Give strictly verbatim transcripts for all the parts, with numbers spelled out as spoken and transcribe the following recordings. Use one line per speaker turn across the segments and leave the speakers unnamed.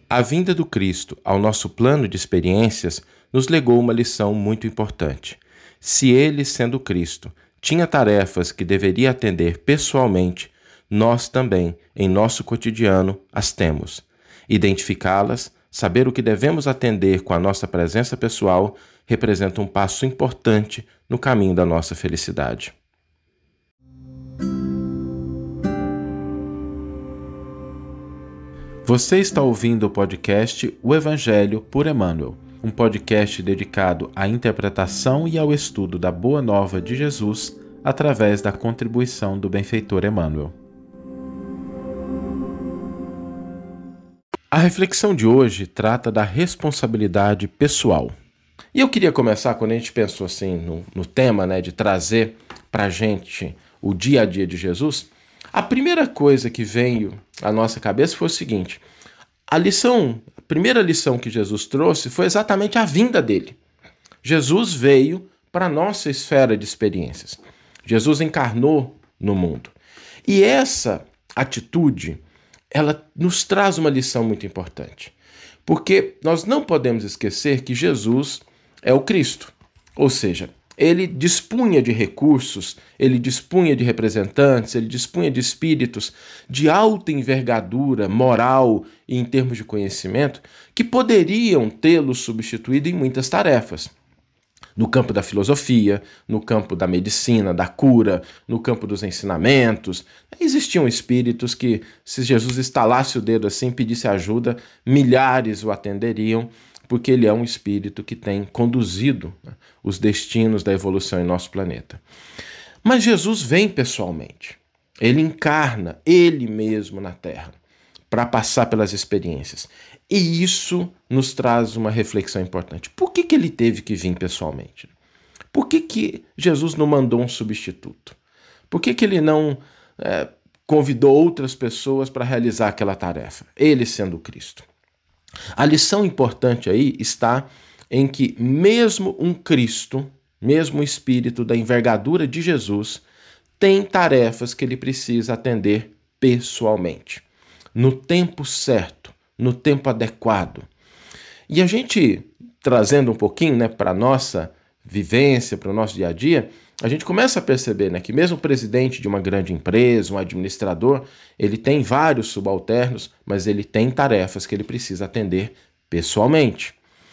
A vinda do Cristo ao nosso plano de experiências nos legou uma lição muito importante. Se ele, sendo Cristo, tinha tarefas que deveria atender pessoalmente, nós também, em nosso cotidiano, as temos. Identificá-las, saber o que devemos atender com a nossa presença pessoal, representa um passo importante no caminho da nossa felicidade. Você está ouvindo o podcast O Evangelho por Emmanuel, um podcast dedicado à interpretação e ao estudo da Boa Nova de Jesus através da contribuição do benfeitor Emmanuel. A reflexão de hoje trata da responsabilidade pessoal. E eu queria começar, quando a gente pensou assim no, no tema, né, de trazer para a gente o dia a dia de Jesus, a primeira coisa que veio à nossa cabeça foi o seguinte: a lição, a primeira lição que Jesus trouxe foi exatamente a vinda dele. Jesus veio para a nossa esfera de experiências. Jesus encarnou no mundo. E essa atitude, ela nos traz uma lição muito importante. Porque nós não podemos esquecer que Jesus é o Cristo. Ou seja, ele dispunha de recursos, ele dispunha de representantes, ele dispunha de espíritos de alta envergadura moral e em termos de conhecimento que poderiam tê-lo substituído em muitas tarefas. No campo da filosofia, no campo da medicina, da cura, no campo dos ensinamentos. Existiam espíritos que, se Jesus estalasse o dedo assim, pedisse ajuda, milhares o atenderiam, porque ele é um espírito que tem conduzido, né, os destinos da evolução em nosso planeta. Mas Jesus vem pessoalmente. Ele encarna ele mesmo na Terra para passar pelas experiências. E isso nos traz uma reflexão importante. Por que que ele teve que vir pessoalmente? Por que que Jesus não mandou um substituto? Por que que ele não é, convidou outras pessoas para realizar aquela tarefa? Ele sendo o Cristo. A lição importante aí está em que mesmo um Cristo, mesmo um espírito da envergadura de Jesus, tem tarefas que ele precisa atender pessoalmente, no tempo certo, no tempo adequado. E a gente, trazendo um pouquinho, né, para a nossa vivência, para o nosso dia a dia, a gente começa a perceber, né, que mesmo o presidente de uma grande empresa, um administrador, ele tem vários subalternos, mas ele tem tarefas que ele precisa atender pessoalmente.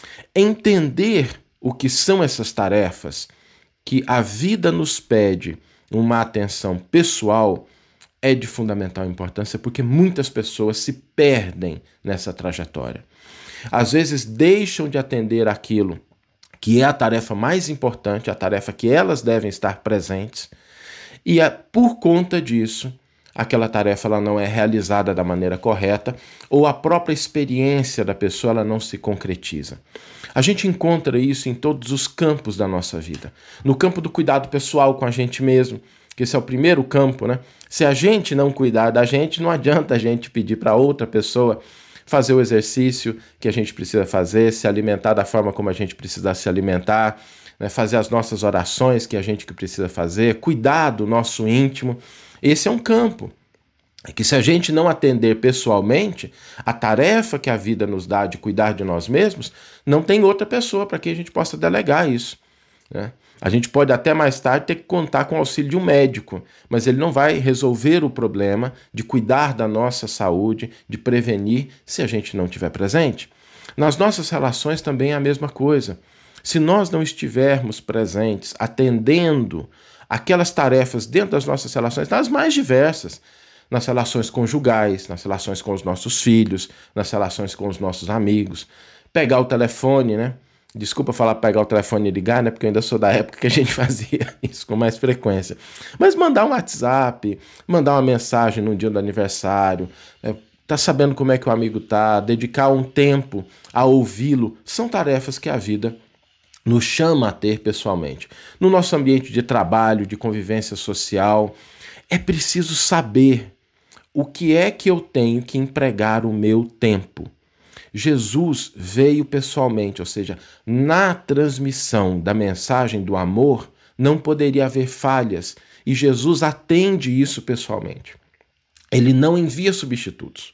Entender o que são essas tarefas, que a vida nos pede uma atenção pessoal, é de fundamental importância, porque muitas pessoas se perdem nessa trajetória. Às vezes deixam de atender aquilo que é a tarefa mais importante, a tarefa que elas devem estar presentes, e por conta disso, aquela tarefa ela não é realizada da maneira correta, ou a própria experiência da pessoa ela não se concretiza. A gente encontra isso em todos os campos da nossa vida. No campo do cuidado pessoal com a gente mesmo, que esse é o primeiro campo, né? Se a gente não cuidar da gente, não adianta a gente pedir para outra pessoa fazer o exercício que a gente precisa fazer, se alimentar da forma como a gente precisa se alimentar, né? Fazer as nossas orações que a gente que precisa fazer, cuidar do nosso íntimo. Esse é um campo. É que se a gente não atender pessoalmente, a tarefa que a vida nos dá de cuidar de nós mesmos, não tem outra pessoa para que a gente possa delegar isso, né? A gente pode até mais tarde ter que contar com o auxílio de um médico, mas ele não vai resolver o problema de cuidar da nossa saúde, de prevenir, se a gente não estiver presente. Nas nossas relações também é a mesma coisa. Se nós não estivermos presentes, atendendo aquelas tarefas dentro das nossas relações, nas mais diversas, nas relações conjugais, nas relações com os nossos filhos, nas relações com os nossos amigos, pegar o telefone, né? Desculpa falar pegar o telefone e ligar, né? Porque eu ainda sou da época que a gente fazia isso com mais frequência. Mas mandar um WhatsApp, mandar uma mensagem no dia do aniversário, é, tá sabendo como é que o amigo tá, dedicar um tempo a ouvi-lo, são tarefas que a vida nos chama a ter pessoalmente. No nosso ambiente de trabalho, de convivência social, é preciso saber o que é que eu tenho que empregar o meu tempo. Jesus veio pessoalmente, ou seja, na transmissão da mensagem do amor não poderia haver falhas, e Jesus atende isso pessoalmente. Ele não envia substitutos.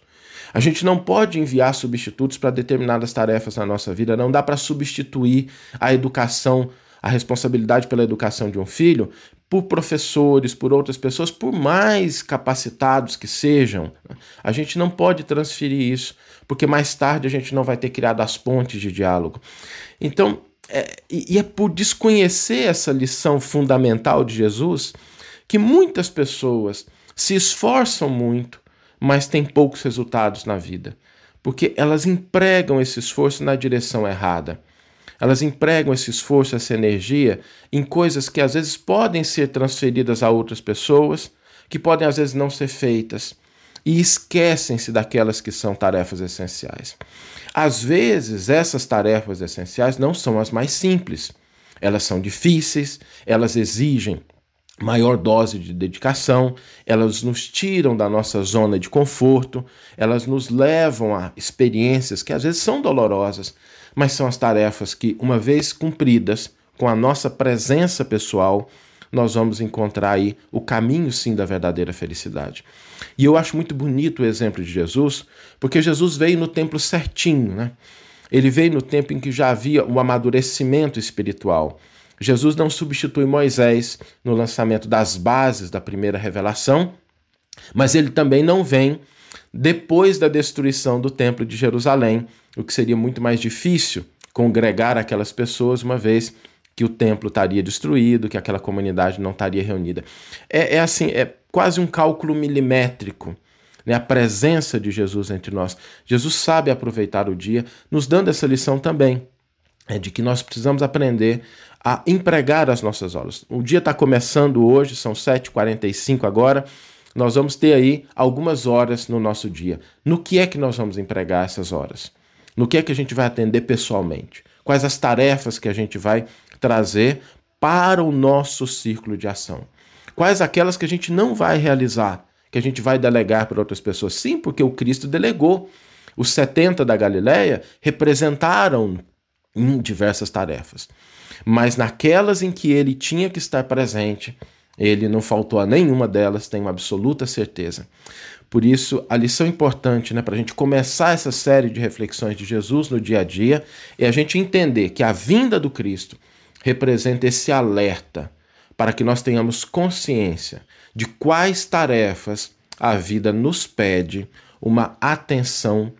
A gente não pode enviar substitutos para determinadas tarefas na nossa vida, não dá para substituir a educação, a responsabilidade pela educação de um filho por professores, por outras pessoas, por mais capacitados que sejam. A gente não pode transferir isso, porque mais tarde a gente não vai ter criado as pontes de diálogo. Então, é, e é por desconhecer essa lição fundamental de Jesus que muitas pessoas se esforçam muito, mas têm poucos resultados na vida, porque elas empregam esse esforço na direção errada. Elas empregam esse esforço, essa energia, em coisas que às vezes podem ser transferidas a outras pessoas, que podem às vezes não ser feitas, e esquecem-se daquelas que são tarefas essenciais. Às vezes, essas tarefas essenciais não são as mais simples. Elas são difíceis, elas exigem maior dose de dedicação, elas nos tiram da nossa zona de conforto, elas nos levam a experiências que às vezes são dolorosas, mas são as tarefas que, uma vez cumpridas, com a nossa presença pessoal, nós vamos encontrar aí o caminho, sim, da verdadeira felicidade. E eu acho muito bonito o exemplo de Jesus, porque Jesus veio no tempo certinho, né? Ele veio no tempo em que já havia o amadurecimento espiritual. Jesus não substitui Moisés no lançamento das bases da primeira revelação, mas ele também não vem depois da destruição do Templo de Jerusalém, o que seria muito mais difícil congregar aquelas pessoas, uma vez que o templo estaria destruído, que aquela comunidade não estaria reunida. É, é assim, é quase um cálculo milimétrico, né? A presença de Jesus entre nós. Jesus sabe aproveitar o dia, nos dando essa lição também, é de que nós precisamos aprender a empregar as nossas horas. O dia está começando hoje, são sete e quarenta e cinco agora, nós vamos ter aí algumas horas no nosso dia. No que é que nós vamos empregar essas horas? No que é que a gente vai atender pessoalmente? Quais as tarefas que a gente vai trazer para o nosso círculo de ação? Quais aquelas que a gente não vai realizar, que a gente vai delegar para outras pessoas? Sim, porque o Cristo delegou. Os setenta da Galileia representaram em diversas tarefas. Mas naquelas em que ele tinha que estar presente, ele não faltou a nenhuma delas, tenho absoluta certeza. Por isso, a lição importante, né, para a gente começar essa série de reflexões de Jesus no dia a dia é a gente entender que a vinda do Cristo representa esse alerta para que nós tenhamos consciência de quais tarefas a vida nos pede uma atenção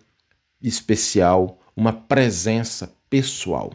especial, uma presença pessoal.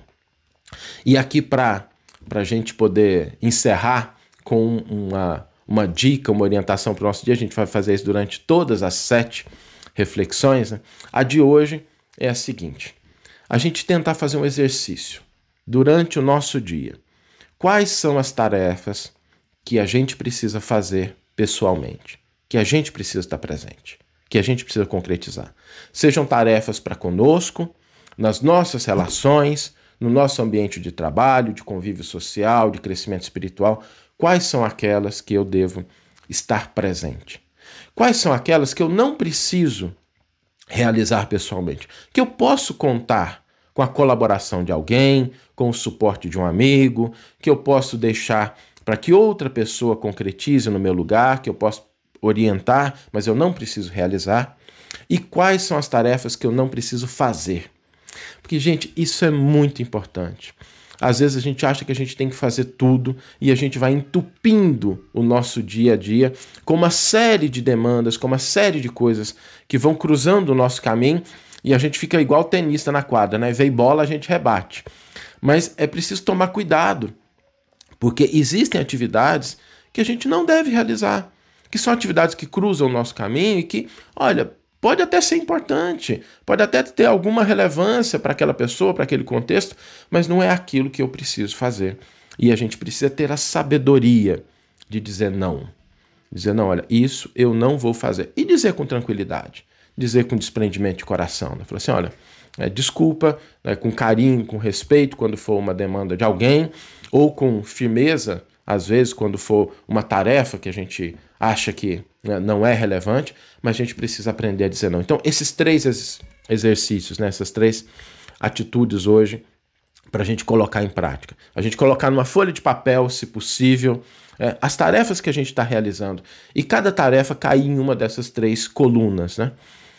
E aqui, para a gente poder encerrar com uma, uma dica, uma orientação para o nosso dia, a gente vai fazer isso durante todas as sete reflexões, né? A de hoje é a seguinte: a gente tentar fazer um exercício durante o nosso dia. Quais são as tarefas que a gente precisa fazer pessoalmente, que a gente precisa estar presente, que a gente precisa concretizar? Sejam tarefas para conosco, nas nossas relações, no nosso ambiente de trabalho, de convívio social, de crescimento espiritual. Quais são aquelas que eu devo estar presente? Quais são aquelas que eu não preciso realizar pessoalmente? Que eu posso contar com a colaboração de alguém, com o suporte de um amigo, que eu posso deixar para que outra pessoa concretize no meu lugar, que eu posso orientar, mas eu não preciso realizar? E quais são as tarefas que eu não preciso fazer? Porque, gente, isso é muito importante. Às vezes a gente acha que a gente tem que fazer tudo e a gente vai entupindo o nosso dia a dia com uma série de demandas, com uma série de coisas que vão cruzando o nosso caminho e a gente fica igual tenista na quadra, né? Vem bola, a gente rebate. Mas é preciso tomar cuidado, porque existem atividades que a gente não deve realizar, que são atividades que cruzam o nosso caminho e que, olha, pode até ser importante, pode até ter alguma relevância para aquela pessoa, para aquele contexto, mas não é aquilo que eu preciso fazer. E a gente precisa ter a sabedoria de dizer não. Dizer, não, olha, isso eu não vou fazer. E dizer com tranquilidade, dizer com desprendimento de coração. Né? Falar assim, olha, é, desculpa, né, com carinho, com respeito, quando for uma demanda de alguém, ou com firmeza, às vezes, quando for uma tarefa que a gente acha que, né, não é relevante, mas a gente precisa aprender a dizer não. Então, esses três ex- exercícios, né, essas três atitudes hoje, para a gente colocar em prática. A gente colocar numa folha de papel, se possível, é, as tarefas que a gente está realizando. E cada tarefa cair em uma dessas três colunas, né?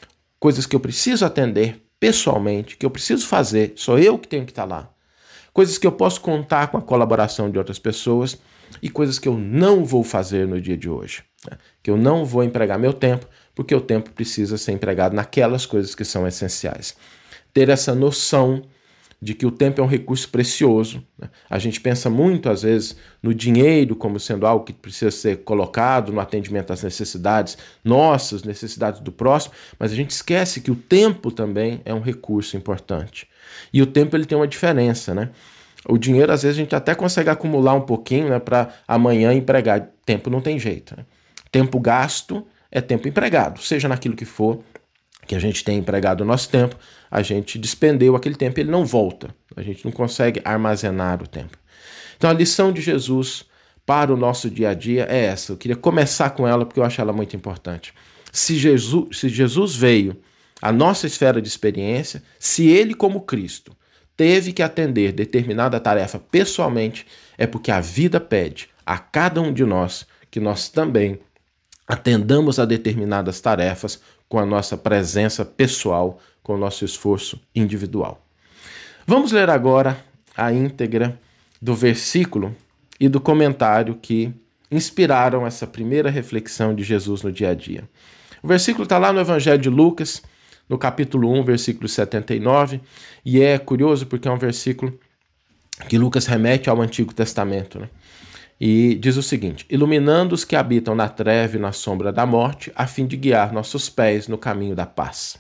coisas que eu preciso atender pessoalmente, que eu preciso fazer, sou eu que tenho que estar lá. Coisas que eu posso contar com a colaboração de outras pessoas e coisas que eu não vou fazer no dia de hoje. Né? Que eu não vou empregar meu tempo, porque o tempo precisa ser empregado naquelas coisas que são essenciais. Ter essa noção de que o tempo é um recurso precioso. Né? A gente pensa muito, às vezes, no dinheiro como sendo algo que precisa ser colocado no atendimento às necessidades nossas, necessidades do próximo, mas a gente esquece que o tempo também é um recurso importante. E o tempo ele tem uma diferença, né? O dinheiro, às vezes, a gente até consegue acumular um pouquinho, né, para amanhã empregar. Tempo não tem jeito. Né? Tempo gasto é tempo empregado, seja naquilo que for que a gente tem empregado o nosso tempo, a gente despendeu aquele tempo e ele não volta. A gente não consegue armazenar o tempo. Então a lição de Jesus para o nosso dia a dia é essa. Eu queria começar com ela porque eu acho ela muito importante. Se Jesus, se Jesus veio à nossa esfera de experiência, se ele como Cristo teve que atender determinada tarefa pessoalmente, é porque a vida pede a cada um de nós que nós também atendamos a determinadas tarefas com a nossa presença pessoal, com o nosso esforço individual. Vamos ler agora a íntegra do versículo e do comentário que inspiraram essa primeira reflexão de Jesus no dia a dia. O versículo está lá no Evangelho de Lucas, no capítulo um, versículo setenta e nove, e é curioso porque é um versículo que Lucas remete ao Antigo Testamento, né? E diz o seguinte: iluminando os que habitam na treva e na sombra da morte, a fim de guiar nossos pés no caminho da paz.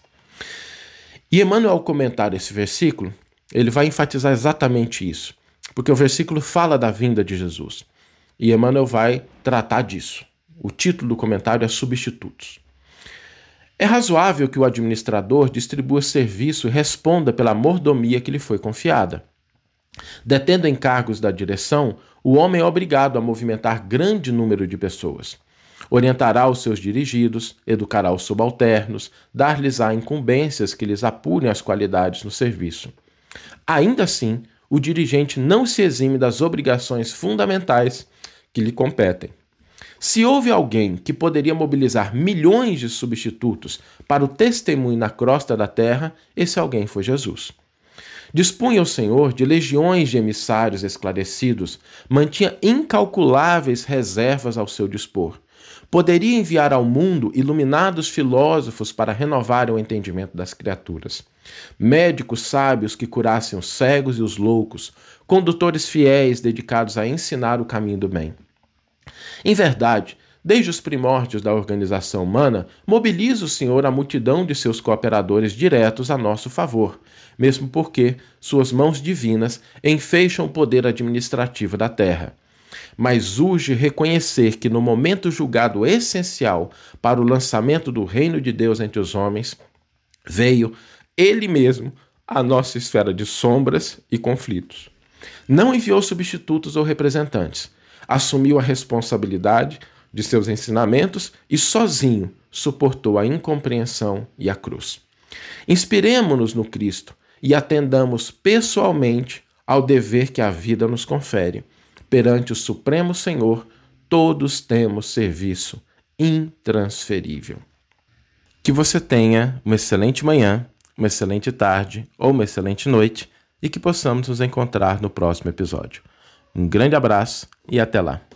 E Emmanuel, ao comentar esse versículo, ele vai enfatizar exatamente isso, porque o versículo fala da vinda de Jesus. E Emmanuel vai tratar disso. O título do comentário é Substitutos. É razoável que o administrador distribua serviço e responda pela mordomia que lhe foi confiada. Detendo encargos da direção, o homem é obrigado a movimentar grande número de pessoas. Orientará os seus dirigidos, educará os subalternos, dar-lhes-á incumbências que lhes apurem as qualidades no serviço. Ainda assim, o dirigente não se exime das obrigações fundamentais que lhe competem. Se houve alguém que poderia mobilizar milhões de substitutos para o testemunho na crosta da terra, esse alguém foi Jesus. Dispunha o Senhor de legiões de emissários esclarecidos, mantinha incalculáveis reservas ao seu dispor. Poderia enviar ao mundo iluminados filósofos para renovar o entendimento das criaturas. Médicos sábios que curassem os cegos e os loucos, condutores fiéis dedicados a ensinar o caminho do bem. Em verdade, desde os primórdios da organização humana, mobiliza o Senhor a multidão de seus cooperadores diretos a nosso favor, mesmo porque suas mãos divinas enfeixam o poder administrativo da terra. Mas urge reconhecer que no momento julgado essencial para o lançamento do reino de Deus entre os homens, veio Ele mesmo à nossa esfera de sombras e conflitos. Não enviou substitutos ou representantes, assumiu a responsabilidade de seus ensinamentos e sozinho suportou a incompreensão e a cruz. Inspiremo-nos no Cristo e atendamos pessoalmente ao dever que a vida nos confere. Perante o Supremo Senhor, todos temos serviço intransferível. Que você tenha uma excelente manhã, uma excelente tarde ou uma excelente noite e que possamos nos encontrar no próximo episódio. Um grande abraço e até lá.